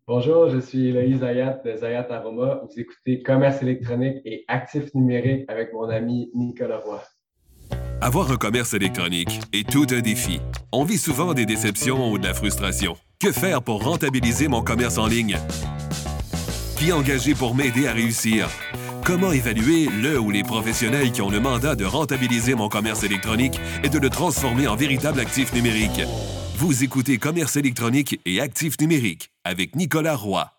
Bonjour, je suis Eloïse Zayat de Zayat Aroma. Vous écoutez Commerce électronique et actifs numériques avec mon ami Nicolas Roy. Avoir un commerce électronique est tout un défi. On vit souvent des déceptions ou de la frustration. Que faire pour rentabiliser mon commerce en ligne? Qui engager pour m'aider à réussir? Comment évaluer le ou les professionnels qui ont le mandat de rentabiliser mon commerce électronique et de le transformer en véritable actif numérique? Vous écoutez Commerce électronique et actifs numériques avec Nicolas Roy.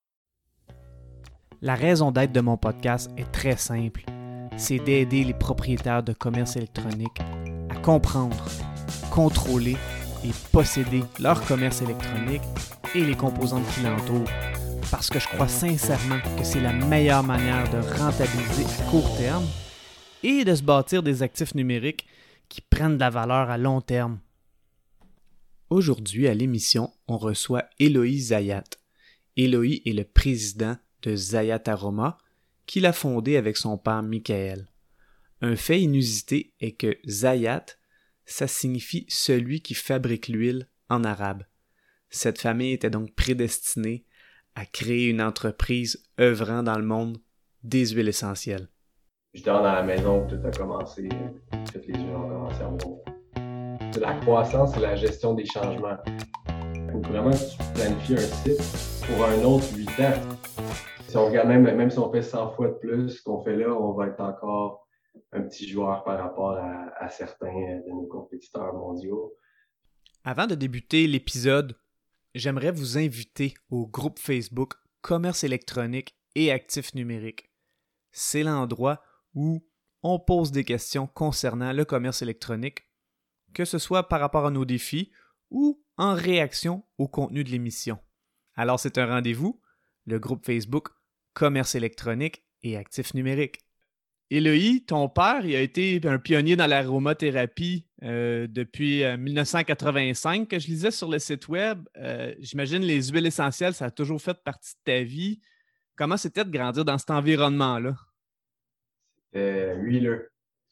La raison d'être de mon podcast est très simple. C'est d'aider les propriétaires de commerce électronique à comprendre, contrôler et posséder leur commerce électronique et les composantes qui l'entourent. Parce que je crois sincèrement que c'est la meilleure manière de rentabiliser à court terme et de se bâtir des actifs numériques qui prennent de la valeur à long terme. Aujourd'hui, à l'émission, on reçoit Eloï Zayat. Eloï est le président de Zayat Aroma, qu'il a fondé avec son père Michael. Un fait inusité est que Zayat, ça signifie celui qui fabrique l'huile en arabe. Cette famille était donc prédestinée à créer une entreprise œuvrant dans le monde des huiles essentielles. Je dors dans la maison où tout a commencé, toutes les huiles ont commencé à mourir. La croissance et la gestion des changements. Il faut vraiment que tu planifies un site pour un autre 8 ans. Si on regarde même si on fait 100 fois de plus ce qu'on fait là, on va être encore un petit joueur par rapport à certains de nos compétiteurs mondiaux. Avant de débuter l'épisode, j'aimerais vous inviter au groupe Facebook Commerce électronique et actifs numériques. C'est l'endroit où on pose des questions concernant le commerce électronique, que ce soit par rapport à nos défis ou en réaction au contenu de l'émission. Alors c'est un rendez-vous, le groupe Facebook Commerce électronique et actifs numériques. Eloï, ton père, il a été un pionnier dans l'aromathérapie depuis 1985, que je lisais sur le site web. J'imagine les huiles essentielles, ça a toujours fait partie de ta vie. Comment c'était de grandir dans cet environnement-là? C'était huileux.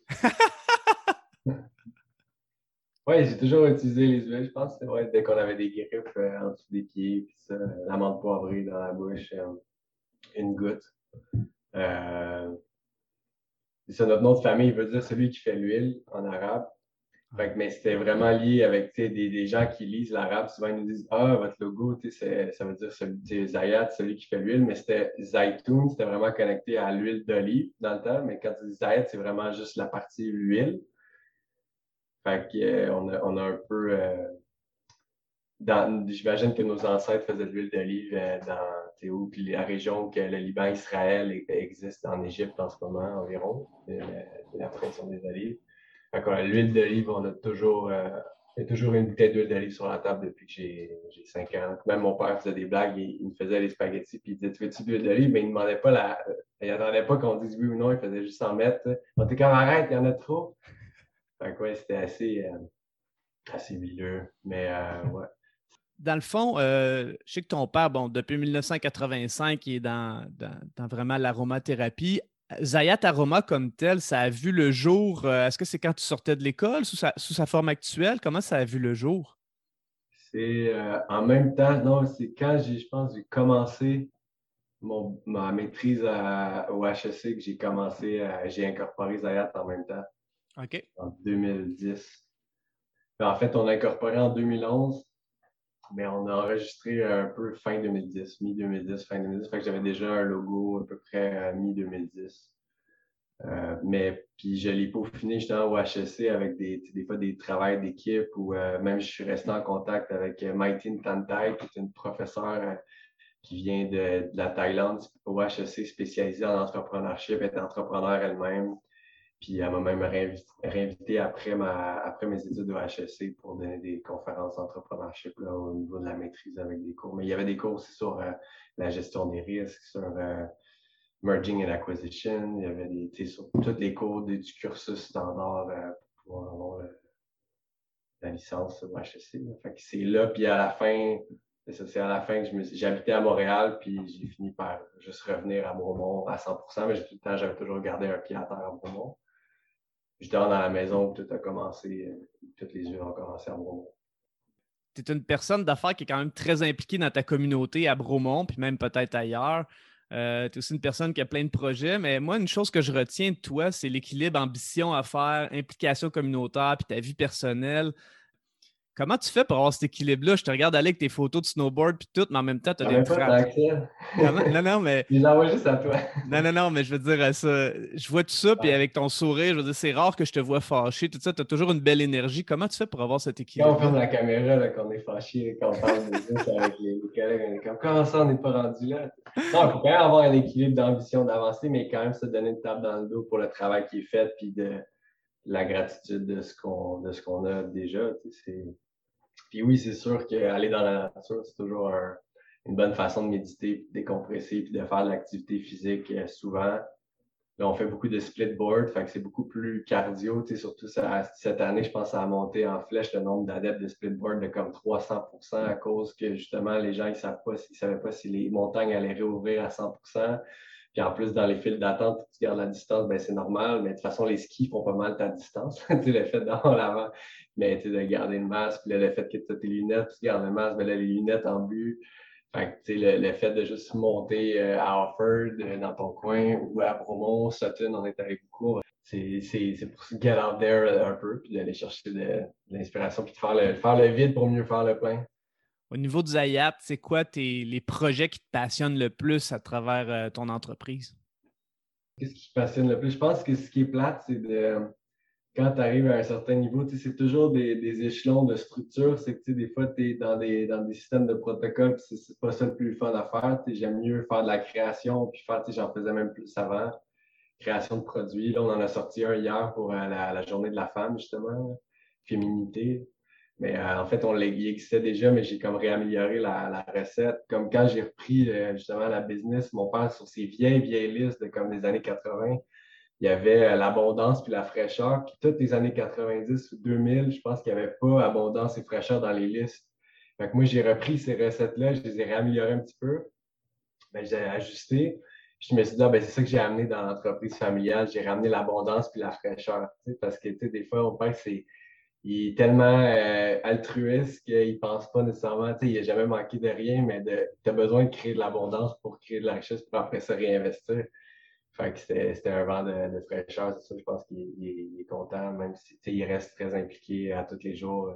Oui, j'ai toujours utilisé les huiles. Je pense que c'était dès qu'on avait des grippes en dessous des pieds, puis ça, l'amande poivrée dans la bouche, une goutte. C'est ça, notre nom de famille veut dire celui qui fait l'huile en arabe. Mais c'était vraiment lié avec des gens qui lisent l'arabe. Souvent, ils nous disent ah, votre logo, ça veut dire Zayat, celui qui fait l'huile, mais c'était Zaytoun, c'était vraiment connecté à l'huile d'olive dans le temps. Mais quand tu dis Zayat, c'est vraiment juste la partie huile. On a un peu. J'imagine que nos ancêtres faisaient de l'huile d'olive dans puis la région que le Liban, Israël existe en Égypte en ce moment environ, la production des olives. L'huile d'olive, il y a toujours une bouteille d'huile d'olive sur la table depuis que j'ai 5 ans. Même mon père faisait des blagues, il me faisait les spaghettis, puis il disait tu veux-tu de l'huile d'olive? Mais il ne demandait pas il n'attendait pas qu'on dise oui ou non, il faisait juste en mettre. On était comme arrête, il y en a trop. C'était assez huileux. Mais ouais. Dans le fond, je sais que ton père, depuis 1985, il est dans vraiment l'aromathérapie. Zayat Aroma comme tel, ça a vu le jour. Est-ce que c'est quand tu sortais de l'école, sous sa forme actuelle? Comment ça a vu le jour? C'est en même temps, non, c'est quand je pense, j'ai commencé ma maîtrise au HEC que j'ai incorporé Zayat en même temps, OK. en 2010. Puis en fait, on a incorporé en 2011, mais on a enregistré un peu fin 2010, mi-2010, fin 2010. Fait que j'avais déjà un logo à peu près mi-2010. Mais puis je l'ai peaufiné justement au HEC avec des fois des travails d'équipe ou même je suis resté en contact avec Maïtine Tantai, qui est une professeure qui vient de la Thaïlande au HEC spécialisée en entrepreneurship, elle est entrepreneur elle-même. Puis elle m'a même réinvité après mes études au HEC pour donner des conférences d'entrepreneurship là, au niveau de la maîtrise avec des cours. Mais il y avait des cours aussi sur la gestion des risques, sur merging and acquisition. Il y avait sur tous les cours du cursus standard pour pouvoir avoir la licence au HEC. Là. Fait que c'est là, puis à la fin, c'est à la fin que j'habitais à Montréal, puis j'ai fini par juste revenir à Bromont à 100%, mais tout le temps, j'avais toujours gardé un pied à terre à Bromont. Je dors dans la maison où tout a commencé, toutes les yeux ont commencé à Bromont. tu es une personne d'affaires qui est quand même très impliquée dans ta communauté à Bromont, puis même peut-être ailleurs. Tu es aussi une personne qui a plein de projets, mais moi, une chose que je retiens de toi, c'est l'équilibre ambition à faire, implication communautaire, puis ta vie personnelle. Comment tu fais pour avoir cet équilibre-là? Je te regarde aller avec tes photos de snowboard puis tout, mais en même temps, tu as J'en des ai pas travaux. tant que ça. Comment? Non, non, mais Je les envoie juste à toi. non, mais je veux dire ça. Je vois tout ça, puis Ouais. avec ton sourire, je veux dire, c'est rare que je te vois fâché, tout ça, tu as toujours une belle énergie. Comment tu fais pour avoir cet Quand on équilibre-là? ferme la caméra, là, qu'on est fâché, quand on parle de business avec les collègues, on est comme, comment ça, on n'est pas rendu là? Non, il faut quand même avoir un équilibre d'ambition d'avancer, mais quand même se donner une tape dans le dos pour le travail qui est fait, puis de la gratitude de ce qu'on a déjà. Puis oui, c'est sûr qu'aller dans la nature, c'est toujours une bonne façon de méditer, puis de décompresser, puis de faire de l'activité physique souvent. Là, on fait beaucoup de split board, fait que c'est beaucoup plus cardio, surtout cette année, je pense que ça a monté en flèche le nombre d'adeptes de split board de comme 300% à cause que justement, les gens, ils savaient pas si les montagnes allaient réouvrir à 100%. Puis en plus, dans les files d'attente, tu gardes la distance, ben c'est normal, mais de toute façon, les skis font pas mal ta distance. Le fait d'avoir l'avant, mais de garder le masque, puis là, le fait que tu as tes lunettes, tu gardes le masque, ben là, les lunettes en but. Fait que, le fait de juste monter à Offord, dans ton coin, ou à Bromont, Sutton, on est avec beaucoup. C'est pour se get out there un peu, puis d'aller chercher de l'inspiration, puis de faire le vide pour mieux faire le plein. Au niveau du Zayat, c'est quoi les projets qui te passionnent le plus à travers ton entreprise? Qu'est-ce qui te passionne le plus? Je pense que ce qui est plate, c'est quand tu arrives à un certain niveau, c'est toujours des échelons de structure. C'est que des fois, tu es dans des systèmes de protocole, puis c'est pas ça le plus fun à faire. J'aime mieux faire de la création, puis j'en faisais même plus avant. Création de produits. Là, on en a sorti un hier pour la journée de la femme, justement, féminité. Mais en fait, il existait déjà, mais j'ai comme réamélioré la recette. Comme quand j'ai repris justement la business, mon père, sur ses vieilles listes de comme des années 80, il y avait l'abondance puis la fraîcheur. Puis toutes les années 90 ou 2000, je pense qu'il n'y avait pas abondance et fraîcheur dans les listes. Fait que moi, j'ai repris ces recettes-là, je les ai réaméliorées un petit peu. Ben, j'ai ajusté. Puis je me suis dit, ben, c'est ça que j'ai amené dans l'entreprise familiale. J'ai ramené l'abondance puis la fraîcheur. Parce que des fois, mon père, il est tellement altruiste qu'il ne pense pas nécessairement, il n'a jamais manqué de rien, mais tu as besoin de créer de l'abondance pour créer de la richesse pour après ça réinvestir. Fait que c'était un vent de fraîcheur, c'est ça. Je pense qu'il est content, même si il reste très impliqué à tous les jours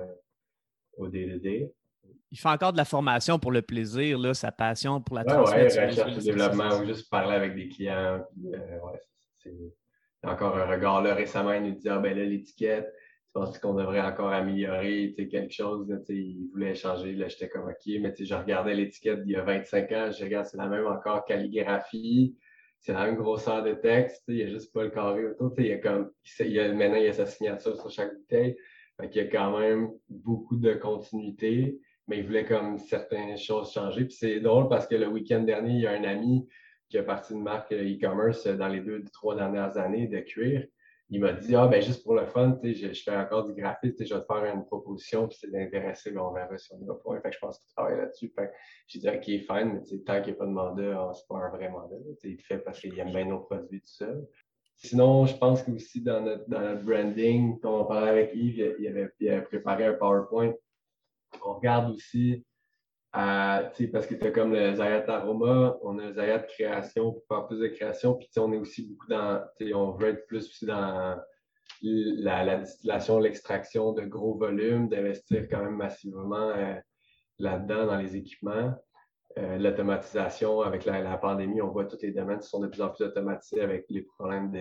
au day-to-day. Il fait encore de la formation pour le plaisir, là, sa passion pour la Ouais, transmettre sur les recherche et réseaux développement, sociaux. ou juste parler avec des clients. Puis, c'est encore un regard. Là, récemment, il nous dit, ah ben là, l'étiquette, tu penses qu'on devrait encore améliorer quelque chose? Là, il voulait changer. Là, j'étais comme OK, mais je regardais l'étiquette d'il y a 25 ans, je regarde, c'est la même encore calligraphie, c'est la même grosseur de texte, il n'y a juste pas le carré autour. Maintenant, il y a sa signature sur chaque bouteille. Fait qu'il y a quand même beaucoup de continuité, mais il voulait comme certaines choses changer. Puis c'est drôle parce que le week-end dernier, il y a un ami qui a parti une marque e-commerce dans les 2 ou 3 dernières années de cuir. Il m'a dit, ben juste pour le fun, je fais encore du graphisme, je vais te faire une proposition, puis c'est d'intéressé, on verra si on y va point. Fait que je pense qu'il travaille là-dessus. J'ai dit, OK, fine, mais tant qu'il n'y a pas de mandat, c'est pas un vrai mandat. Il le fait parce qu'il aime bien nos produits tout seul. Sinon, je pense que aussi dans notre branding, quand on parlait avec Yves, il avait préparé un PowerPoint. On regarde aussi parce que tu as comme le Zayat Aroma, on a le Zayat Création pour faire plus de création, puis on est aussi beaucoup on veut être plus aussi dans la distillation, l'extraction de gros volumes, d'investir quand même massivement là-dedans dans les équipements. L'automatisation avec la pandémie, on voit tous les domaines qui sont de plus en plus automatisés avec les problèmes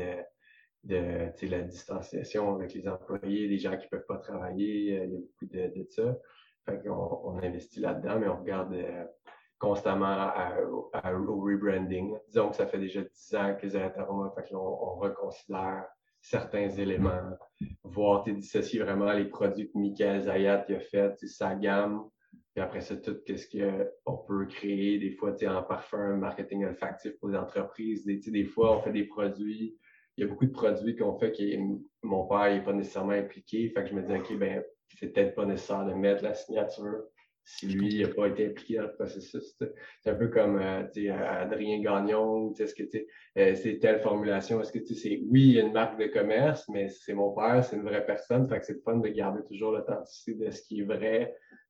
de la distanciation avec les employés, les gens qui ne peuvent pas travailler, il y a beaucoup de ça. Fait qu'on on investit là-dedans, mais on regarde constamment au rebranding. Disons que ça fait déjà 10 ans que Zayat Aroma, fait que on reconsidère certains éléments, voir dissocier vraiment les produits que Michael Zayat a fait, sa gamme, puis après ça, tout ce qu'on peut créer, des fois en parfum, marketing olfactif pour les entreprises. Des fois, on fait des produits. Il y a beaucoup de produits qu'on fait que mon père n'est pas nécessairement impliqué. Fait que je me dis, OK, ben, c'est peut-être pas nécessaire de mettre la signature si lui n'a pas été impliqué dans le processus. C'est un peu comme Adrien Gagnon, est-ce que c'est telle formulation, est-ce que c'est oui, il y a une marque de commerce, mais c'est mon père, c'est une vraie personne, fait que c'est le fun de garder toujours l'authenticité de ce qui est vrai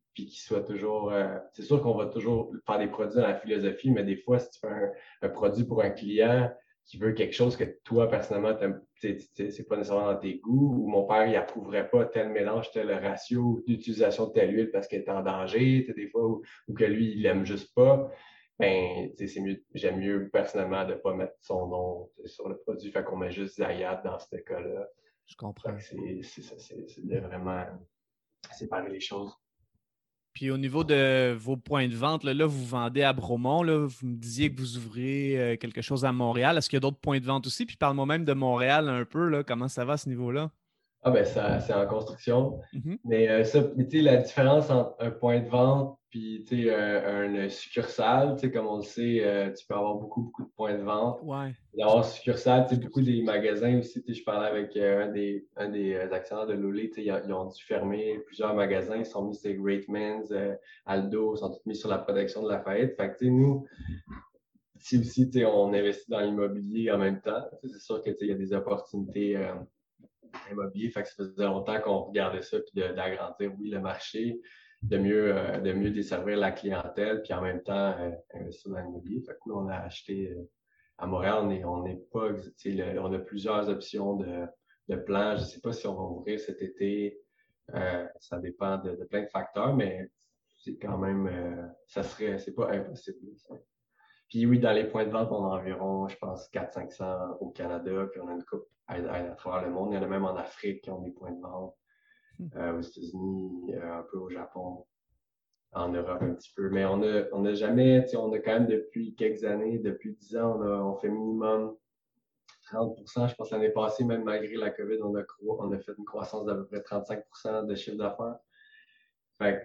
puis qui soit toujours... c'est sûr qu'on va toujours faire des produits dans la philosophie, mais des fois, si tu fais un produit pour un client qui veut quelque chose que toi, personnellement, c'est pas nécessairement dans tes goûts, ou mon père, il approuverait pas tel mélange, tel ratio d'utilisation de telle huile parce qu'elle est en danger, des fois, ou que lui, il l'aime juste pas, ben, c'est mieux, j'aime mieux personnellement de ne pas mettre son nom sur le produit, fait qu'on met juste Zayat dans ce cas-là. Je comprends. C'est de vraiment séparer les choses. Puis au niveau de vos points de vente, là vous vendez à Bromont, là, vous me disiez que vous ouvrez quelque chose à Montréal. Est-ce qu'il y a d'autres points de vente aussi? Puis parle-moi même de Montréal un peu, là, comment ça va à ce niveau-là? Ah ben c'est en construction. Mm-hmm. Mais tu sais, la différence entre un point de vente puis tu sais, une succursale, tu sais, comme on le sait, tu peux avoir beaucoup de points de vente. Ouais. D'avoir succursale, tu sais, beaucoup des magasins aussi. Tu sais, je parlais avec un des actionnaires de Lolé, tu sais, ils ont dû fermer plusieurs magasins. Ils sont mis sur Greatmans, Aldo, ils sont tous mis sur la protection de Lafayette. Fait que tu sais, nous, si aussi, tu sais, on investit dans l'immobilier en même temps, c'est sûr que tu sais, il y a des opportunités immobilier. Fait que ça faisait longtemps qu'on regardait ça, puis d'agrandir, oui, le marché, de mieux desservir la clientèle, puis en même temps investir dans l'immobilier. Fait que oui, on a acheté à Montréal, on n'est pas, on a plusieurs options de plans. Je ne sais pas si on va ouvrir cet été. Ça dépend de plein de facteurs, mais c'est quand même, c'est pas impossible. Ça. Puis oui, dans les points de vente, on a environ, je pense, 400-500 au Canada, puis on a une coupe à travers le monde. Il y en a même en Afrique qui ont des points de vente, aux États-Unis, un peu au Japon, en Europe un petit peu. Mais on a jamais, on a quand même depuis quelques années, depuis 10 ans, on fait minimum 30%. Je pense l'année passée, même malgré la COVID, on a fait une croissance d'à peu près 35% de chiffre d'affaires. Fait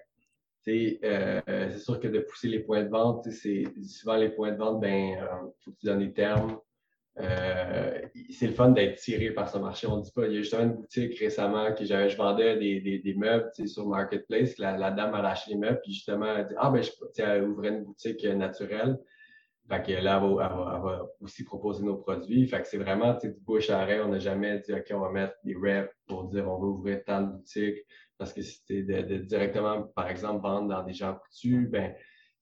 c'est sûr que de pousser les points de vente, c'est souvent les points de vente, ben, faut que tu donnes des termes. C'est le fun d'être tiré par ce marché. On ne dit pas, il y a justement une boutique récemment que je vendais des meubles sur Marketplace. La dame a acheté les meubles, puis justement, elle dit, ah ben, elle ouvrait une boutique naturelle. Fait que là, elle va aussi proposer nos produits. Fait que c'est vraiment du bouche à oreille. On n'a jamais dit, OK, on va mettre des reps pour dire on va ouvrir tant de boutiques. Parce que si c'était de directement, par exemple, vendre dans des gens coutus, ben,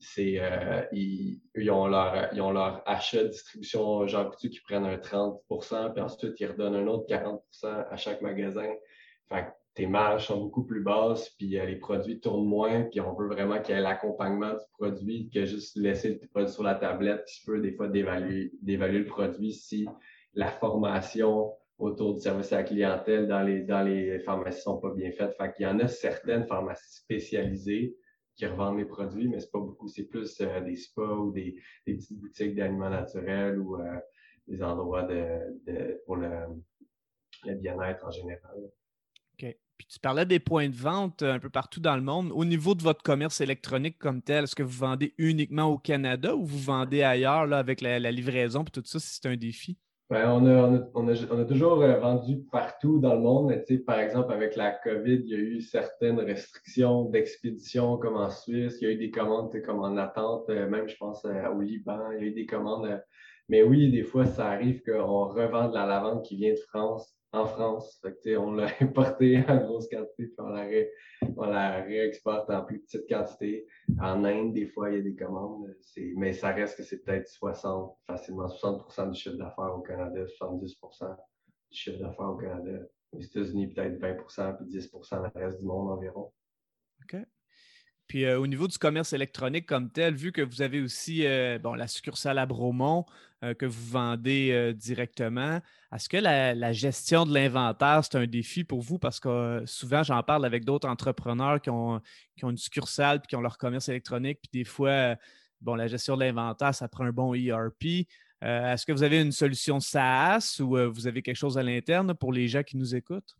ils ont leur achat de distribution Jean Coutu qui prennent un 30%, puis ensuite ils redonnent un autre 40% à chaque magasin. Fait que tes marges sont beaucoup plus basses, puis les produits tournent moins, puis on veut vraiment qu'il y ait l'accompagnement du produit que juste laisser le produit sur la tablette, qui peut des fois d'évaluer le produit si la formation autour du service à la clientèle dans les pharmacies sont pas bien faites. Fait qu'il y en a certaines pharmacies spécialisées qui revendent les produits, mais c'est pas beaucoup. C'est plus des spas ou des petites boutiques d'aliments naturels ou des endroits pour le bien-être en général. OK. Puis tu parlais des points de vente un peu partout dans le monde. Au niveau de votre commerce électronique comme tel, est-ce que vous vendez uniquement au Canada ou vous vendez ailleurs là, avec la livraison et tout ça, si c'est un défi? Ben, on a toujours vendu partout dans le monde, mais par exemple, avec la COVID, il y a eu certaines restrictions d'expédition comme en Suisse, il y a eu des commandes comme en attente, même je pense au Liban, il y a eu des commandes. Mais oui, des fois, ça arrive qu'on revende la lavande qui vient de France en France. Fait que, on l'a importé en grosse quantité, puis on la réexporte en plus petite quantité. En Inde, des fois, il y a des commandes, mais ça reste que c'est peut-être facilement 60% du chiffre d'affaires au Canada, 70% du chiffre d'affaires au Canada. Aux États-Unis, peut-être 20%, puis 10% dans le reste du monde environ. OK. Puis au niveau du commerce électronique comme tel, vu que vous avez aussi la succursale à Bromont que vous vendez directement, est-ce que la gestion de l'inventaire, c'est un défi pour vous? Parce que souvent, j'en parle avec d'autres entrepreneurs qui ont une succursale et qui ont leur commerce électronique. Puis des fois, la gestion de l'inventaire, ça prend un bon ERP. Est-ce que vous avez une solution SaaS ou vous avez quelque chose à l'interne pour les gens qui nous écoutent?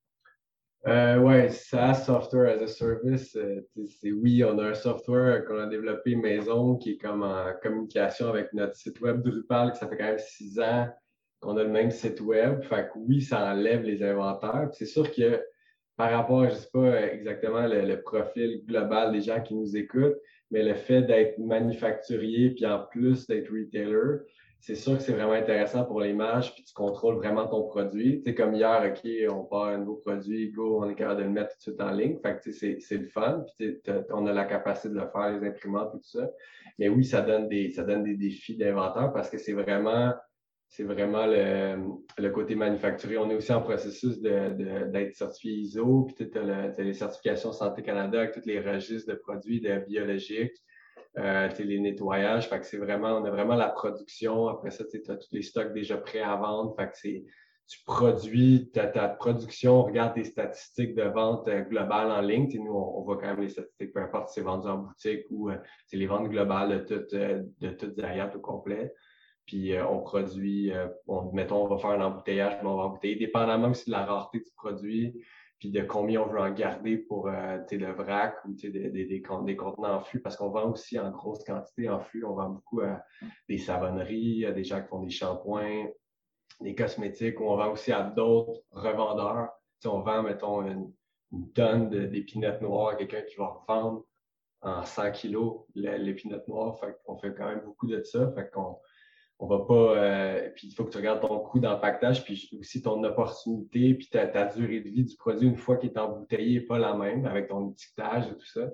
Oui, SaaS, Software as a Service, oui, on a un software qu'on a développé maison qui est comme en communication avec notre site web Drupal, que ça fait quand même 6 ans qu'on a le même site web. Fait que oui, ça enlève les inventaires. C'est sûr que par rapport, je ne sais pas exactement le profil global des gens qui nous écoutent, mais le fait d'être manufacturier puis en plus d'être retailer, c'est sûr que c'est vraiment intéressant pour l'image, puis tu contrôles vraiment ton produit. Tu sais, comme hier, OK, on part un nouveau produit, go, on est capable de le mettre tout de suite en ligne. Fait que tu sais, c'est le fun, puis on a la capacité de le faire, les imprimantes et tout ça. Mais oui, ça donne des défis d'inventaire parce que c'est vraiment le côté manufacturier. On est aussi en processus d'être certifié ISO, puis tu as les certifications Santé Canada avec tous les registres de produits de biologiques. Les nettoyages. Fait que on a vraiment la production. Après ça, tu as tous les stocks déjà prêts à vendre. Fait que tu produis ta production, regarde tes statistiques de vente globale en ligne. Nous, on voit quand même les statistiques, peu importe si c'est vendu en boutique ou c'est les ventes globales de toute Zayat au complet. Puis on produit, mettons, on va faire un embouteillage, mais on va embouteiller, dépendamment aussi de la rareté du produit, puis de combien on veut en garder pour le vrac ou des contenants en flux, parce qu'on vend aussi en grosse quantité en flux. On vend beaucoup à des savonneries, à des gens qui font des shampoings, des cosmétiques, ou on vend aussi à d'autres revendeurs. On vend, mettons, une tonne d'épinettes noires à quelqu'un qui va revendre en 100 kilos l'épinette noire. Fait qu'on fait quand même beaucoup de ça. Fait qu'on on va pas. Puis il faut que tu regardes ton coût d'empaquetage, puis aussi ton opportunité, puis ta durée de vie du produit une fois qu'il est embouteillé n'est pas la même avec ton étiquetage et tout ça.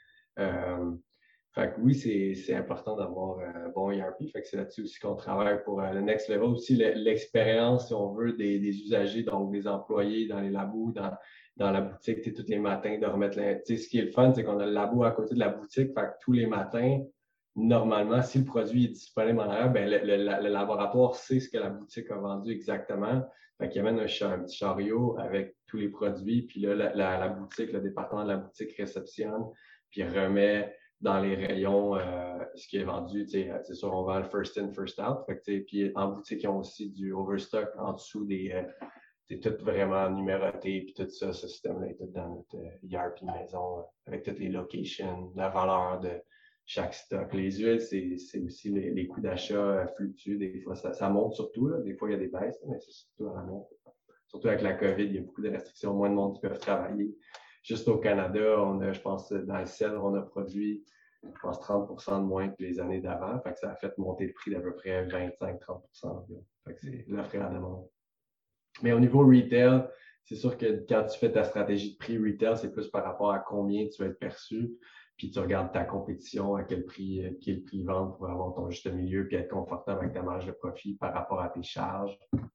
Euh, Fait que oui, c'est important d'avoir un bon ERP. Fait que c'est là-dessus aussi qu'on travaille pour le next level. Aussi, l'expérience, si on veut, des usagers, donc des employés dans les labos, dans la boutique, tous les matins, de remettre ce qui est le fun, c'est qu'on a le labo à côté de la boutique. Fait que tous les matins, normalement, si le produit est disponible en arrière, ben, le laboratoire sait ce que la boutique a vendu exactement. Fait qu'il amène un petit chariot avec tous les produits. Puis là, la boutique, le département de la boutique réceptionne, puis remet dans les rayons ce qui est vendu. C'est sûr, on vend le first in, first out. Fait que, puis en boutique, ils ont aussi du overstock en dessous c'est tout vraiment numéroté, puis tout ça, ce système-là est tout dans notre ERP maison, avec toutes les locations, la valeur de chaque stock. Les huiles, c'est aussi les coûts d'achat fluctuent. Des fois, ça monte surtout. Là. Des fois, il y a des baisses, mais c'est surtout à la monte. Surtout avec la COVID, il y a beaucoup de restrictions, moins de monde qui peuvent travailler. Juste au Canada, je pense, dans le cèdre, on a produit, je pense, 30 de moins que les années d'avant. Fait que ça a fait monter le prix d'à peu près 25-30 Fait que c'est l'offre et la demande. Mais au niveau retail, c'est sûr que quand tu fais ta stratégie de prix retail, c'est plus par rapport à combien tu vas être perçu. Puis tu regardes ta compétition, à quel prix vente pour avoir ton juste milieu, puis être confortable avec ta marge de profit par rapport à tes charges.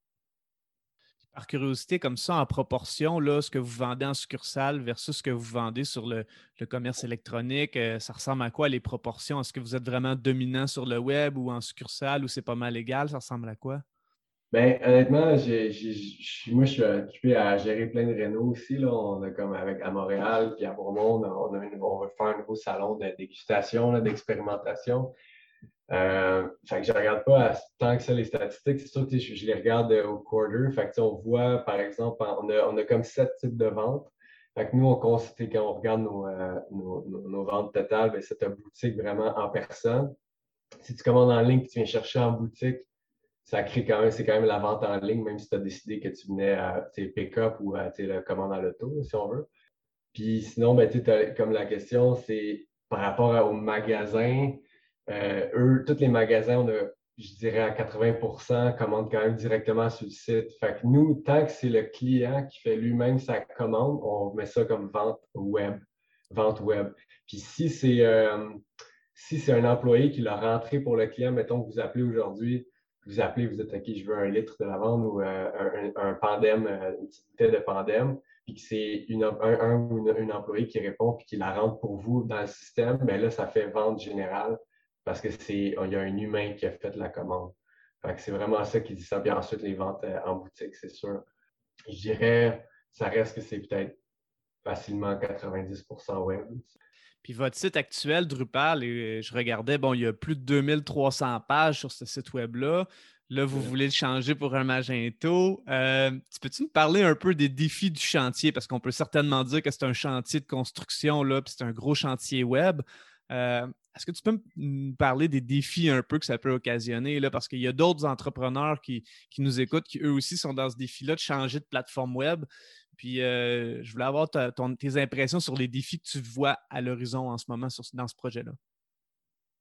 Par curiosité, comme ça, en proportion, là, ce que vous vendez en succursale versus ce que vous vendez sur le commerce électronique, ça ressemble à quoi les proportions? Est-ce que vous êtes vraiment dominant sur le web ou en succursale ou c'est pas mal égal? Ça ressemble à quoi? Ben, honnêtement, moi, je suis occupé à gérer plein de rénaux aussi. Là. On a comme à Montréal, puis à Bromont, on va faire un nouveau salon de dégustation, là, d'expérimentation. Fait que je regarde pas tant que ça les statistiques. C'est sûr que je les regarde au quarter. Fait que on voit, par exemple, on a comme 7 types de ventes. Fait que nous, quand on regarde nos ventes totales, ben, c'est ta boutique vraiment en personne. Si tu commandes en ligne et tu viens chercher en boutique, c'est quand même la vente en ligne, même si tu as décidé que tu venais à pick-up ou à la commande à l'auto, si on veut. Puis sinon, ben, comme la question, c'est par rapport au magasin. Tous les magasins, je dirais à 80 commandent quand même directement sur le site. Fait que nous, tant que c'est le client qui fait lui-même sa commande, on met ça comme vente web. Vente web. Puis si c'est un employé qui l'a rentré pour le client, mettons que vous appelez aujourd'hui, vous êtes OK, je veux 1 litre de lavande ou un pandem, une petite bouteille de pandem, puis que c'est un ou une employé qui répond puis qui la rentre pour vous dans le système, bien là, ça fait vente générale parce que il y a un humain qui a fait la commande. Fait que c'est vraiment ça qui dit ça. Puis ensuite, les ventes en boutique, c'est sûr. Je dirais, ça reste que c'est peut-être facilement 90% web. Puis votre site actuel, Drupal, et je regardais, bon, il y a plus de 2300 pages sur ce site web-là. Là, vous voulez le changer pour un Magento. Peux-tu me parler un peu des défis du chantier? Parce qu'on peut certainement dire que c'est un chantier de construction, là, puis c'est un gros chantier web. Est-ce que tu peux me parler des défis un peu que ça peut occasionner? Là, parce qu'il y a d'autres entrepreneurs qui nous écoutent, qui eux aussi sont dans ce défi-là de changer de plateforme web. Puis, je voulais avoir tes impressions sur les défis que tu vois à l'horizon en ce moment dans ce projet-là.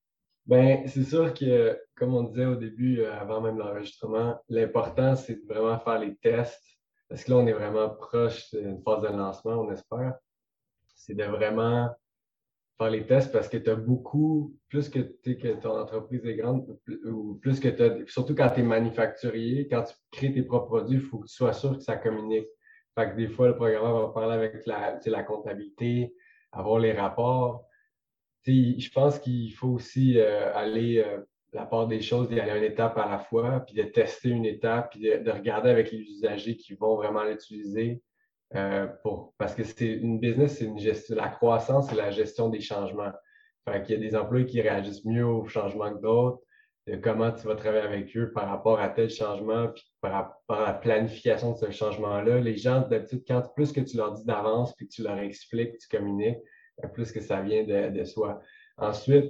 Ben, c'est sûr que, comme on disait au début, avant même l'enregistrement, l'important, c'est de vraiment faire les tests. Parce que là, on est vraiment proche d'une phase de lancement, on espère. C'est de vraiment faire les tests parce que tu as beaucoup, plus que ton entreprise est grande, ou plus que tu as, surtout quand tu es manufacturier, quand tu crées tes propres produits, il faut que tu sois sûr que ça communique. Fait que des fois, le programmeur va parler avec la comptabilité, avoir les rapports. Je pense qu'il faut aussi aller la part des choses, d'y aller une étape à la fois, puis de tester une étape, puis de regarder avec les usagers qui vont vraiment l'utiliser. Parce que c'est une business, c'est une gestion, la croissance et la gestion des changements. Fait qu'il y a des employés qui réagissent mieux aux changements que d'autres, de comment tu vas travailler avec eux par rapport à tel changement, puis par rapport à la planification de ce changement-là. Les gens, d'habitude, plus que tu leur dis d'avance, puis que tu leur expliques, tu communiques, plus que ça vient de soi. Ensuite,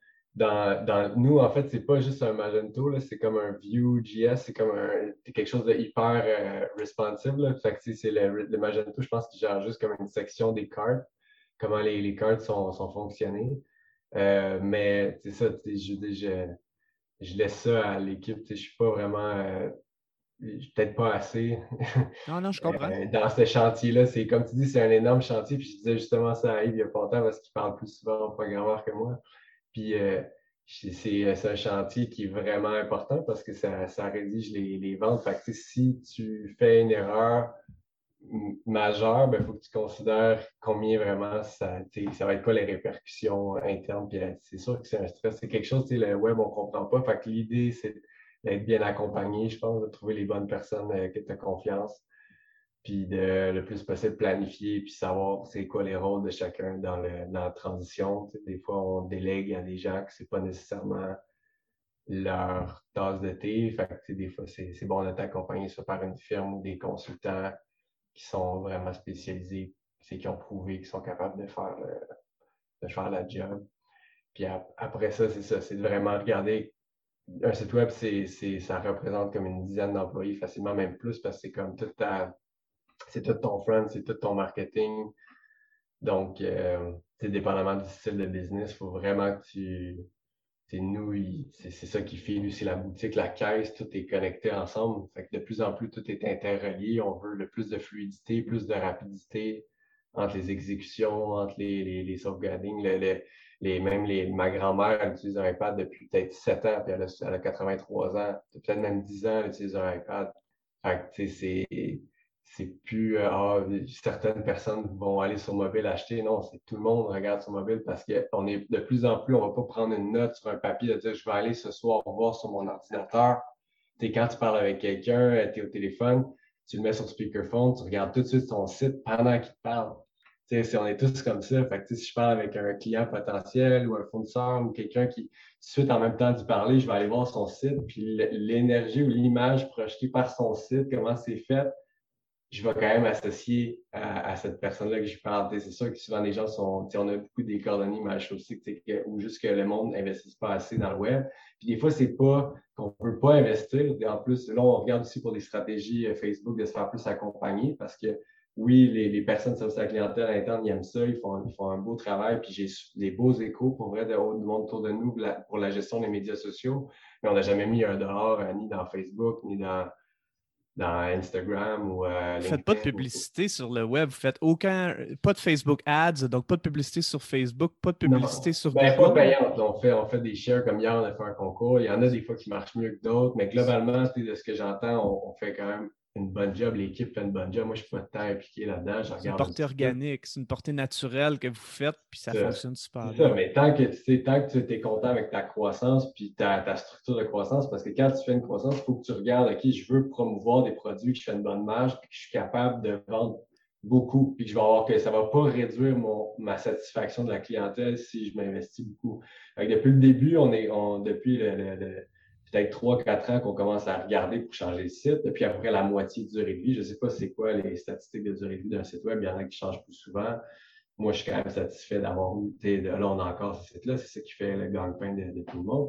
nous, en fait, c'est pas juste un Magento, là, c'est comme un Vue.js, c'est quelque chose de hyper responsive. Là. Fait que, c'est le Magento, je pense qu'il gère juste comme une section des cartes, comment les cartes sont fonctionnées. Mais c'est ça, je laisse ça à l'équipe. Je suis pas vraiment, je suis peut-être pas assez Non, non, je comprends. dans ce chantier-là. C'est comme tu dis, c'est un énorme chantier. Puis je disais justement ça à Yves il y a pas longtemps parce qu'il parle plus souvent au programmeur que moi. Puis c'est un chantier qui est vraiment important parce que ça rédige les ventes. Fait que, si tu fais une erreur majeure, il faut que tu considères combien vraiment ça va être quoi les répercussions internes. Puis c'est sûr que c'est un stress. C'est quelque chose, le web, on ne comprend pas. Fait que l'idée, c'est d'être bien accompagné, je pense, de trouver les bonnes personnes que tu as confiance puis de le plus possible planifier, puis savoir c'est quoi les rôles de chacun dans la transition. Des fois, on délègue à des gens que c'est pas nécessairement leur tasse de thé. Fait que, des fois, c'est bon d'être accompagné soit par une firme ou des consultants qui sont vraiment spécialisés, qui ont prouvé qu'ils sont capables de faire la job. Puis après ça, c'est ça, c'est de vraiment regarder. Un site web, ça représente comme une dizaine d'employés, facilement même plus, parce que c'est comme c'est tout ton front, c'est tout ton marketing. Donc, dépendamment du style de business, il faut vraiment que nous, c'est ça qui fait, nous, c'est la boutique, la caisse, tout est connecté ensemble. Fait que de plus en plus, tout est interrelié. On veut le plus de fluidité, plus de rapidité entre les exécutions, entre les sauvegardings. Ma grand-mère, elle utilise un iPad depuis peut-être 7 ans, puis elle a 83 ans, peut-être même 10 ans, elle utilise un iPad. Fait que, c'est plus certaines personnes vont aller sur mobile acheter. Non, c'est tout le monde regarde sur mobile parce qu'on est de plus en plus, on ne va pas prendre une note sur un papier de dire je vais aller ce soir voir sur mon ordinateur. Quand tu parles avec quelqu'un, tu es au téléphone, tu le mets sur speakerphone, tu regardes tout de suite son site pendant qu'il te parle. Si on est tous comme ça, fait que, si je parle avec un client potentiel ou un fournisseur ou quelqu'un qui, tout de suite, en même temps d'y parler, je vais aller voir son site, puis l'énergie ou l'image projetée par son site, comment c'est fait, je vais quand même associer à cette personne-là que je parle. C'est sûr que souvent les gens on a beaucoup des coordonnées images aussi, ou juste que le monde n'investisse pas assez dans le web. Puis des fois, c'est pas qu'on ne veut pas investir. En plus, là, on regarde aussi pour des stratégies Facebook de se faire plus accompagner parce que oui, les personnes de service à la clientèle interne, ils aiment ça, ils font un beau travail, puis j'ai des beaux échos pour vrai du monde autour de nous pour la gestion des médias sociaux. Mais on n'a jamais mis un dollar ni dans Facebook, ni dans Instagram ou Vous faites pas de LinkedIn. publicité sur le web, vous faites pas de Facebook Ads, donc pas de publicité sur Facebook, pas de publicité Non, sur ben, pas Google. payante. On fait des shares comme hier, on a fait un concours. Il y en a des fois qui marchent mieux que d'autres, mais globalement, de ce que j'entends, on fait quand même une bonne job. L'équipe fait une bonne job. Moi, je ne suis pas tant impliqué là-dedans. Je C'est une regarde un portée petit peu. organique, c'est une portée naturelle que vous faites, puis ça Ça. fonctionne super C'est ça, bien. mais tant que tu es content avec ta croissance puis ta structure de croissance, parce que quand tu fais une croissance, il faut que tu regardes, OK, je veux promouvoir des produits, que je fais une bonne marge, puis que je suis capable de vendre beaucoup, puis que je vais avoir que ça ne va pas réduire ma satisfaction de la clientèle si je m'investis beaucoup. Depuis le début, depuis peut-être 3-4 ans qu'on commence à regarder pour changer le site, puis après la moitié de durée de vie. Je ne sais pas c'est quoi les statistiques de durée de vie d'un site web, il y en a qui changent plus souvent. Moi, je suis quand même satisfait d'avoir eu. Là, on a encore ce site-là, c'est ça qui fait le gagne-pain de tout le monde.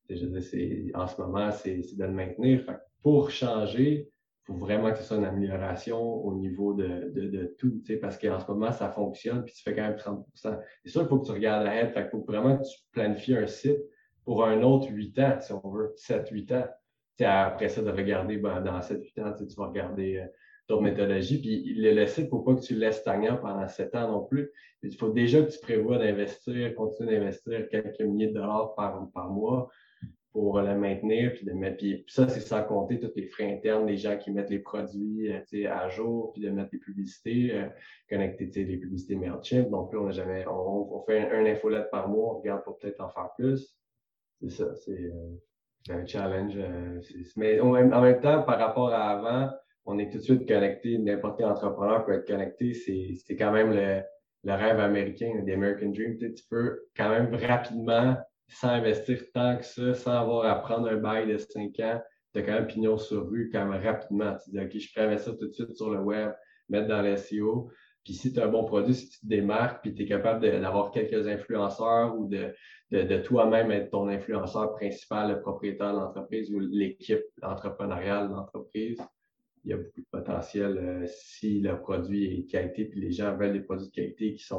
En ce moment, c'est de le maintenir. Fait pour changer, il faut vraiment que ce soit une amélioration au niveau de tout, parce qu'en ce moment, ça fonctionne, puis tu fais quand même 30%. C'est sûr qu'il faut que tu regardes ahead. Fait qu'il faut vraiment que tu planifies un site pour un autre 8 ans, si on veut, 7-8 ans. Après ça, de regarder, dans 7-8 ans, tu vas regarder d'autres méthodologies. Puis le site, il ne faut pas que tu le laisses stagnant pendant 7 ans non plus. Il faut déjà que tu prévois d'investir, continuer d'investir quelques milliers de dollars par mois pour le maintenir, puis de mettre. Puis ça, c'est sans compter tous les frais internes, les gens qui mettent les produits à jour, puis de mettre les publicités, connecter les publicités MailChimp. Donc là, on fait un infolette par mois, on regarde pour peut-être en faire plus. C'est ça, c'est un challenge. Mais en même temps, par rapport à avant, on est tout de suite connecté. N'importe quel entrepreneur peut être connecté. C'est quand même le rêve américain, l'American Dream. Tu peux quand même rapidement, sans investir tant que ça, sans avoir à prendre un bail de 5 ans, tu as quand même pignon sur rue quand même rapidement. Tu dis, OK, je peux mettre ça tout de suite sur le web, mettre dans le SEO. Puis si tu as un bon produit, si tu te démarques, puis tu es capable d'avoir quelques influenceurs ou de toi-même être ton influenceur principal, le propriétaire de l'entreprise ou l'équipe entrepreneuriale de l'entreprise, il y a beaucoup de potentiel si le produit est de qualité, puis les gens veulent des produits de qualité qui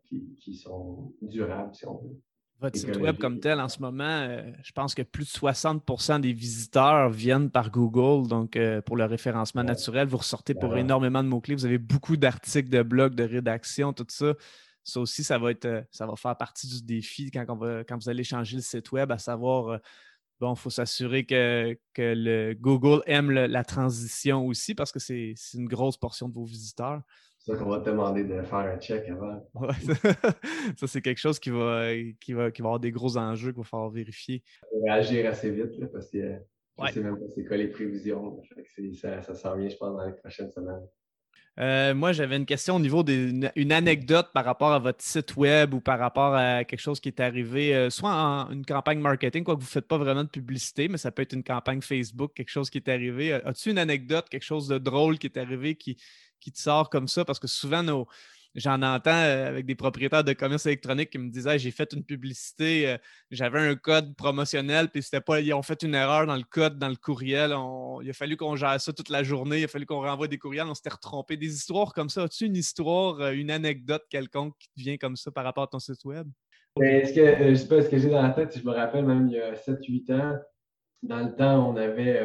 sont durables, si on veut. Votre site web comme tel, en ce moment, je pense que plus de 60% des visiteurs viennent par Google. Donc, pour le référencement naturel, vous ressortez pour énormément de mots-clés. Vous avez beaucoup d'articles de blog, de rédaction, tout ça. Ça aussi, ça va faire partie du défi quand vous allez changer le site web, à savoir, il faut s'assurer que le Google aime la transition aussi parce que c'est une grosse portion de vos visiteurs. C'est ça qu'on va te demander de faire un check avant. Ouais. Ça, c'est quelque chose qui va avoir des gros enjeux qu'il va falloir vérifier. On va réagir assez vite là, parce que je ne sais même pas c'est quoi les prévisions. Ça s'en vient, je pense, dans les prochaines semaines. Moi, j'avais une question au niveau d'une anecdote par rapport à votre site web ou par rapport à quelque chose qui est arrivé, soit en une campagne marketing, quoi que vous ne faites pas vraiment de publicité, mais ça peut être une campagne Facebook, quelque chose qui est arrivé. As-tu une anecdote, quelque chose de drôle qui est arrivé qui te sort comme ça? Parce que souvent, j'en entends avec des propriétaires de commerce électronique qui me disaient j'ai fait une publicité, j'avais un code promotionnel, puis c'était pas, ils ont fait une erreur dans le code, dans le courriel. Il a fallu qu'on gère ça toute la journée, il a fallu qu'on renvoie des courriels, on s'était retrompé. Des histoires comme ça. As-tu une histoire, une anecdote quelconque qui te vient comme ça par rapport à ton site web? Je ne sais pas ce que j'ai dans la tête, je me rappelle même il y a 7-8 ans, dans le temps, on avait.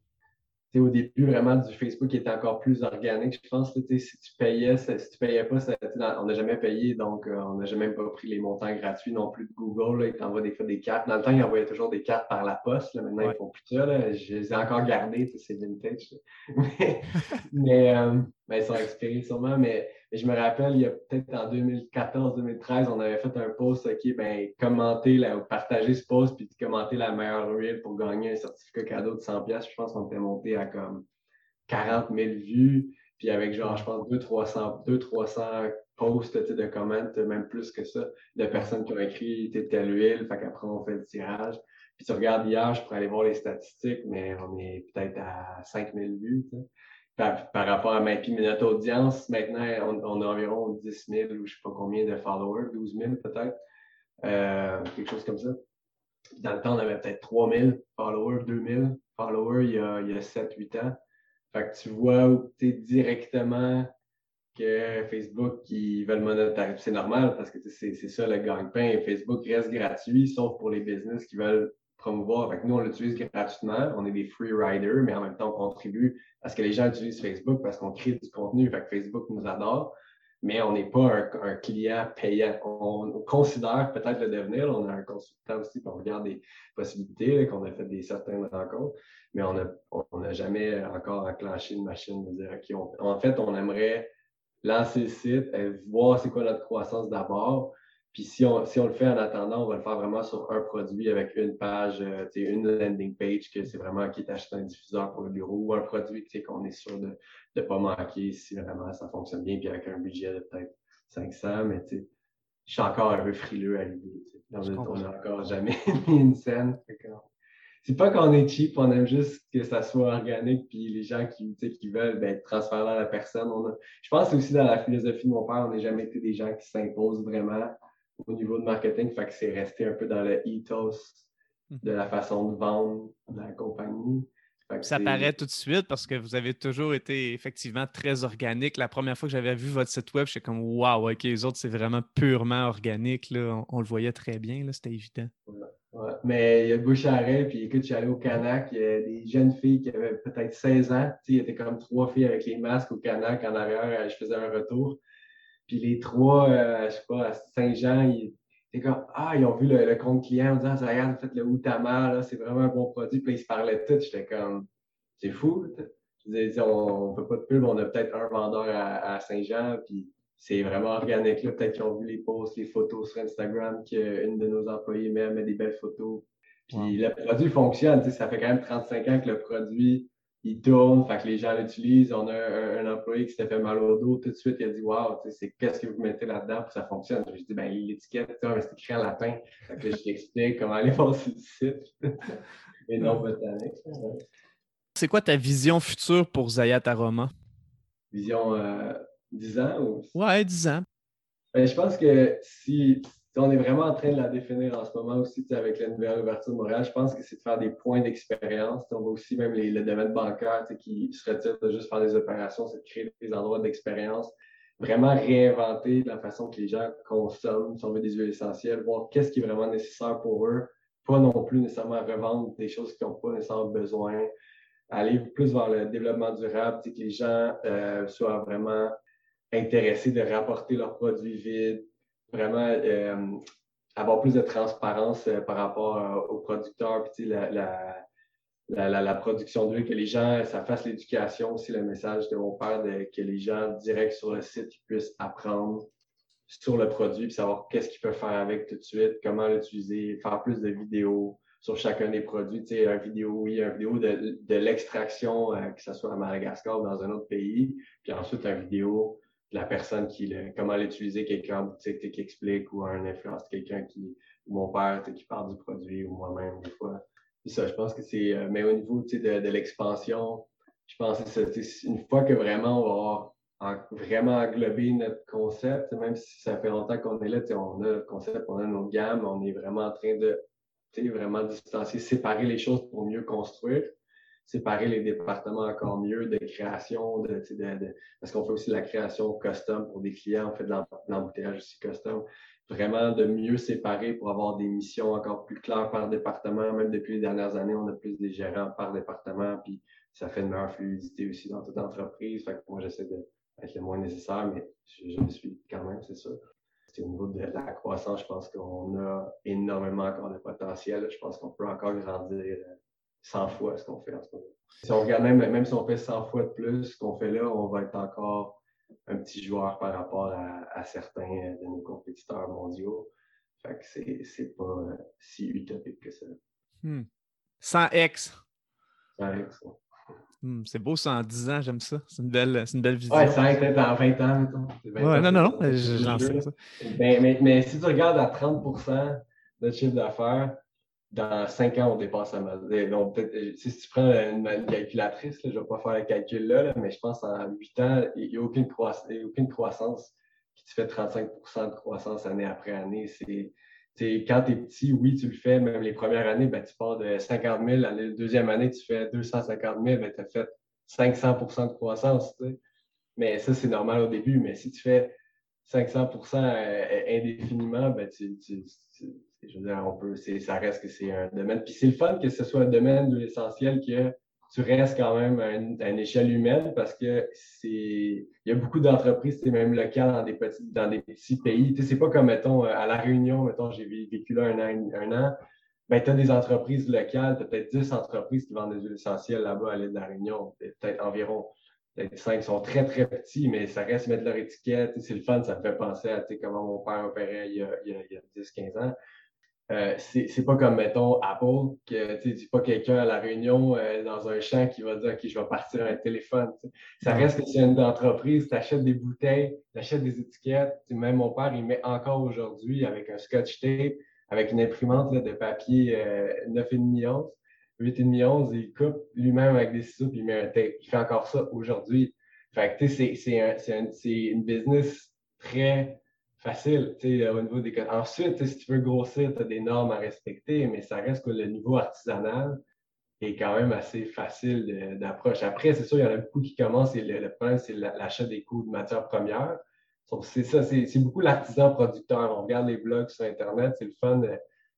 Au début, vraiment, du Facebook qui était encore plus organique. Je pense que si tu payais pas, on n'a jamais payé, donc on n'a jamais pas pris les montants gratuits non plus de Google. Là, ils t'envoient des fois des cartes. Dans le temps, ils envoyaient toujours des cartes par la poste. Là. Maintenant, ils ne font plus ça. Là. Je les ai encore gardées, c'est vintage. mais ils sont expirés sûrement. Mais je me rappelle, il y a peut-être en 2014-2013, on avait fait un post, OK, commenter ou partager ce post, puis commenter la meilleure reel pour gagner un certificat cadeau de 100$. Je pense qu'on était monté à comme 40 000 vues, puis avec genre, je pense, 200-300 posts de comments, même plus que ça, de personnes qui ont écrit telle huile, fait qu'après on fait le tirage. Puis tu regardes hier, je pourrais aller voir les statistiques, mais on est peut-être à 5 000 vues. T'sais. Par rapport à notre audience, maintenant, on a environ 10 000 ou je ne sais pas combien de followers, 12 000 peut-être, quelque chose comme ça. Dans le temps, on avait peut-être 3 000 followers, 2 000 followers il y a 7-8 ans. Fait que tu vois directement que Facebook, ils veulent monétariser. C'est normal parce que c'est ça le gagne-pain. Facebook reste gratuit, sauf pour les business qui veulent promouvoir. Fait que nous, on l'utilise gratuitement. On est des free riders, mais en même temps, on contribue à ce que les gens utilisent Facebook parce qu'on crée du contenu. Fait que Facebook nous adore, mais on n'est pas un client payant. On considère peut-être le devenir. On a un consultant aussi, puis on regarde des possibilités, là, qu'on a fait certaines rencontres, mais on n'a jamais encore enclenché une machine de dire, OK, en fait, on aimerait lancer le site, voir c'est quoi notre croissance d'abord. Puis si on le fait en attendant, on va le faire vraiment sur un produit avec une page, une landing page que c'est vraiment qui est acheté un diffuseur pour le bureau ou un produit qu'on est sûr de ne pas manquer si vraiment ça fonctionne bien, puis avec un budget de peut-être 500, mais je suis encore un peu frileux à l'idée. On n'a encore jamais mis une scène. C'est pas qu'on est cheap, on aime juste que ça soit organique, puis les gens qui veulent être transférés à la personne. Je pense que c'est aussi dans la philosophie de mon père, on n'a jamais été des gens qui s'imposent vraiment au niveau de marketing, fait que c'est resté un peu dans le ethos de la façon de vendre de la compagnie. Ça paraît tout de suite parce que vous avez toujours été effectivement très organique. La première fois que j'avais vu votre site web, j'étais comme « Wow, OK, les autres, c'est vraiment purement organique. » On le voyait très bien, là, c'était évident. Ouais. Ouais. Mais il y a le bouche à oreille, puis écoute, je suis allé au Canac, il y a des jeunes filles qui avaient peut-être 16 ans. Tu sais, il y était comme 3 filles avec les masques au Canac en arrière, je faisais un retour. Puis les trois, je sais pas, à Saint-Jean, ils étaient comme ah, ils ont vu le compte client en disant regarde, faites le Outamar, là, c'est vraiment un bon produit. Puis là, ils se parlaient tous, j'étais comme c'est fou. Je disais, on ne fait pas de pub, on a peut-être un vendeur à Saint-Jean, puis c'est vraiment organique. Là. Peut-être qu'ils ont vu les posts, les photos sur Instagram, qu'une de nos employés met des belles photos. Puis le produit fonctionne. Ça fait quand même 35 ans que le produit il tourne, fait que les gens l'utilisent. On a un employé qui s'était fait mal au dos tout de suite, il a dit waouh, c'est qu'est-ce que vous mettez là-dedans pour que ça fonctionne? Je dis ben l'étiquette, c'est écrit en latin. Fait que là, je t'explique comment aller voir sur le site. Et non botanique. Ouais. C'est quoi ta vision future pour Zayat Aroma? Vision 10 ans? Ou... Ouais, 10 ans. Ben, je pense que si on est vraiment en train de la définir en ce moment aussi avec la nouvelle ouverture de Montréal, je pense que c'est de faire des points d'expérience. On voit aussi même le domaine bancaire qui se retire de juste faire des opérations, c'est de créer des endroits d'expérience, vraiment réinventer la façon que les gens consomment, si on veut des huiles essentielles, voir qu'est-ce qui est vraiment nécessaire pour eux, pas non plus nécessairement revendre des choses qui n'ont pas nécessairement besoin, aller plus vers le développement durable, que les gens soient vraiment intéressés de rapporter leurs produits vides, vraiment avoir plus de transparence par rapport aux producteurs, puis la production d'huile, que les gens, ça fasse l'éducation aussi, le message de mon père, que les gens direct sur le site puissent apprendre sur le produit, puis savoir qu'est-ce qu'ils peuvent faire avec tout de suite, comment l'utiliser, faire plus de vidéos sur chacun des produits. Tu sais, une vidéo de l'extraction, que ce soit à Madagascar ou dans un autre pays, puis ensuite une vidéo de la personne comment l'utiliser, quelqu'un en boutique qui explique ou un influence, quelqu'un mon père qui parle du produit ou moi-même des fois. Puis ça, je pense que c'est, mais au niveau de l'expansion, je pense que c'est une fois que vraiment on va avoir vraiment englober notre concept, même si ça fait longtemps qu'on est là, on a notre concept, on a nos gammes, on est vraiment en train de vraiment distancier, séparer les choses pour mieux construire, séparer les départements encore mieux de création, parce qu'on fait aussi de la création custom pour des clients, on fait de l'embouteillage aussi custom, vraiment de mieux séparer pour avoir des missions encore plus claires par département. Même depuis les dernières années, on a plus des gérants par département, puis ça fait une meilleure fluidité aussi dans toute l'entreprise. Fait que moi, j'essaie d'être le moins nécessaire, mais je le suis quand même, c'est sûr. Au niveau de la croissance, je pense qu'on a énormément encore de potentiel. Je pense qu'on peut encore grandir 100 fois ce qu'on fait en ce moment. Si on regarde même si on fait 100 fois de plus ce qu'on fait là, on va être encore un petit joueur par rapport à certains de nos compétiteurs mondiaux. Fait que c'est pas si utopique que ça. 100x. 100x, ouais. C'est beau ça en 10 ans, j'aime ça. C'est une belle vision. Ouais, 100x peut-être en 20 ans, mettons. 20 ouais, ans, non, j'en sais ça. Mais si tu regardes à 30% de chiffre d'affaires, dans 5 ans, on dépasse la masse. Donc, si tu prends une calculatrice, là, je ne vais pas faire le calcul là, mais je pense qu'en 8 ans, il n'y a aucune croissance qui te fait 35% de croissance année après année. Quand tu es petit, oui, tu le fais. Même les premières années, ben, tu pars de 50 000. La deuxième année, tu fais 250 000. Ben, tu as fait 500% de croissance. T'sais. Mais ça, c'est normal au début. Mais si tu fais 500% indéfiniment, ben, je veux dire, ça reste que c'est un domaine. Puis c'est le fun que ce soit un domaine de l'essentiel que tu restes quand même à une échelle humaine parce que il y a beaucoup d'entreprises, même locales dans des petits pays. C'est pas comme, mettons, à La Réunion, mettons, j'ai vécu là un an. Ben, tu as des entreprises locales, tu as peut-être 10 entreprises qui vendent des huiles essentielles là-bas à l'île de La Réunion. Peut-être environ. Peut-être 5 sont très, très petits, mais ça reste mettre leur étiquette. C'est le fun, ça me fait penser à comment mon père opérait il y a 10-15 ans. C'est pas comme, mettons, Apple, que tu dis pas quelqu'un à La Réunion dans un champ qui va dire OK, je vais partir un téléphone. T'sais. Ça reste que c'est une entreprise, tu achètes des bouteilles, tu achètes des étiquettes. T'sais, même mon père, il met encore aujourd'hui avec un scotch tape, avec une imprimante là, de papier 9,5 onces. 8,5 onces, il coupe lui-même avec des ciseaux puis il met un tape. Il fait encore ça aujourd'hui. Fait que c'est une business très facile, au niveau des... Ensuite, si tu veux grossir, tu as des normes à respecter, mais ça reste que le niveau artisanal est quand même assez facile d'approche. Après, c'est sûr, il y en a beaucoup qui commencent et le problème, c'est l'achat des coûts de matières premières. Donc, c'est ça, c'est beaucoup l'artisan producteur. On regarde les blogs sur Internet, c'est le fun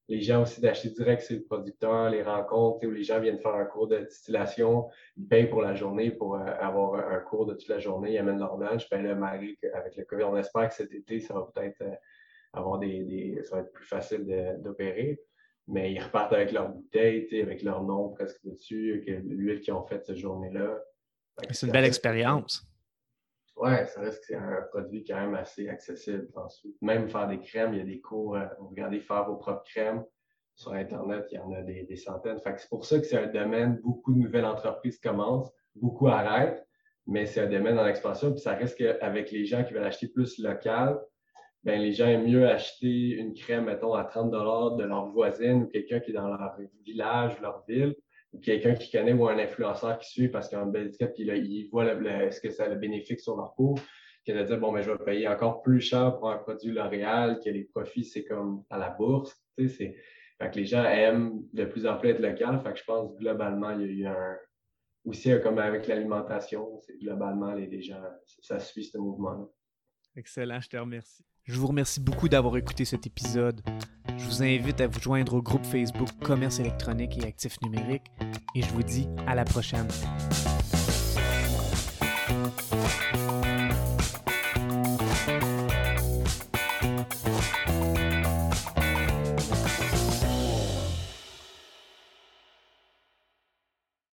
les gens aussi d'acheter direct sur le producteur, les rencontres où les gens viennent faire un cours de distillation, ils payent pour la journée pour avoir un cours de toute la journée, ils amènent leur lunch. Ben là, Marie, avec le COVID, on espère que cet été, ça va peut-être ça va être plus facile d'opérer. Mais ils repartent avec leur bouteille, avec leur nom presque dessus, l'huile qu'ils ont faite cette journée-là. C'est une belle expérience. Ouais, ça reste que c'est un produit quand même assez accessible ensuite. Même faire des crèmes, il y a des cours, vous regardez faire vos propres crèmes. Sur Internet, il y en a des centaines. Fait que c'est pour ça que c'est un domaine, beaucoup de nouvelles entreprises commencent, beaucoup arrêtent, mais c'est un domaine en expansion. Puis ça reste qu'avec les gens qui veulent acheter plus local, ben les gens aiment mieux acheter une crème, mettons, à 30 $ de leur voisine ou quelqu'un qui est dans leur village ou leur ville, ou quelqu'un qui connaît ou un influenceur qui suit parce qu'il a une belle étiquette, puis là, ils voient ce que ça a le bénéfice sur leur peau, que de dire, bon, ben, je vais payer encore plus cher pour un produit L'Oréal, que les profits, c'est comme à la bourse. Tu sais, fait que les gens aiment de plus en plus être local. Fait que je pense globalement, il y a eu aussi comme avec l'alimentation, c'est globalement, les gens, ça suit ce mouvement-là. Excellent, je te remercie. Je vous remercie beaucoup d'avoir écouté cet épisode. Je vous invite à vous joindre au groupe Facebook Commerce électronique et actifs numériques et je vous dis à la prochaine.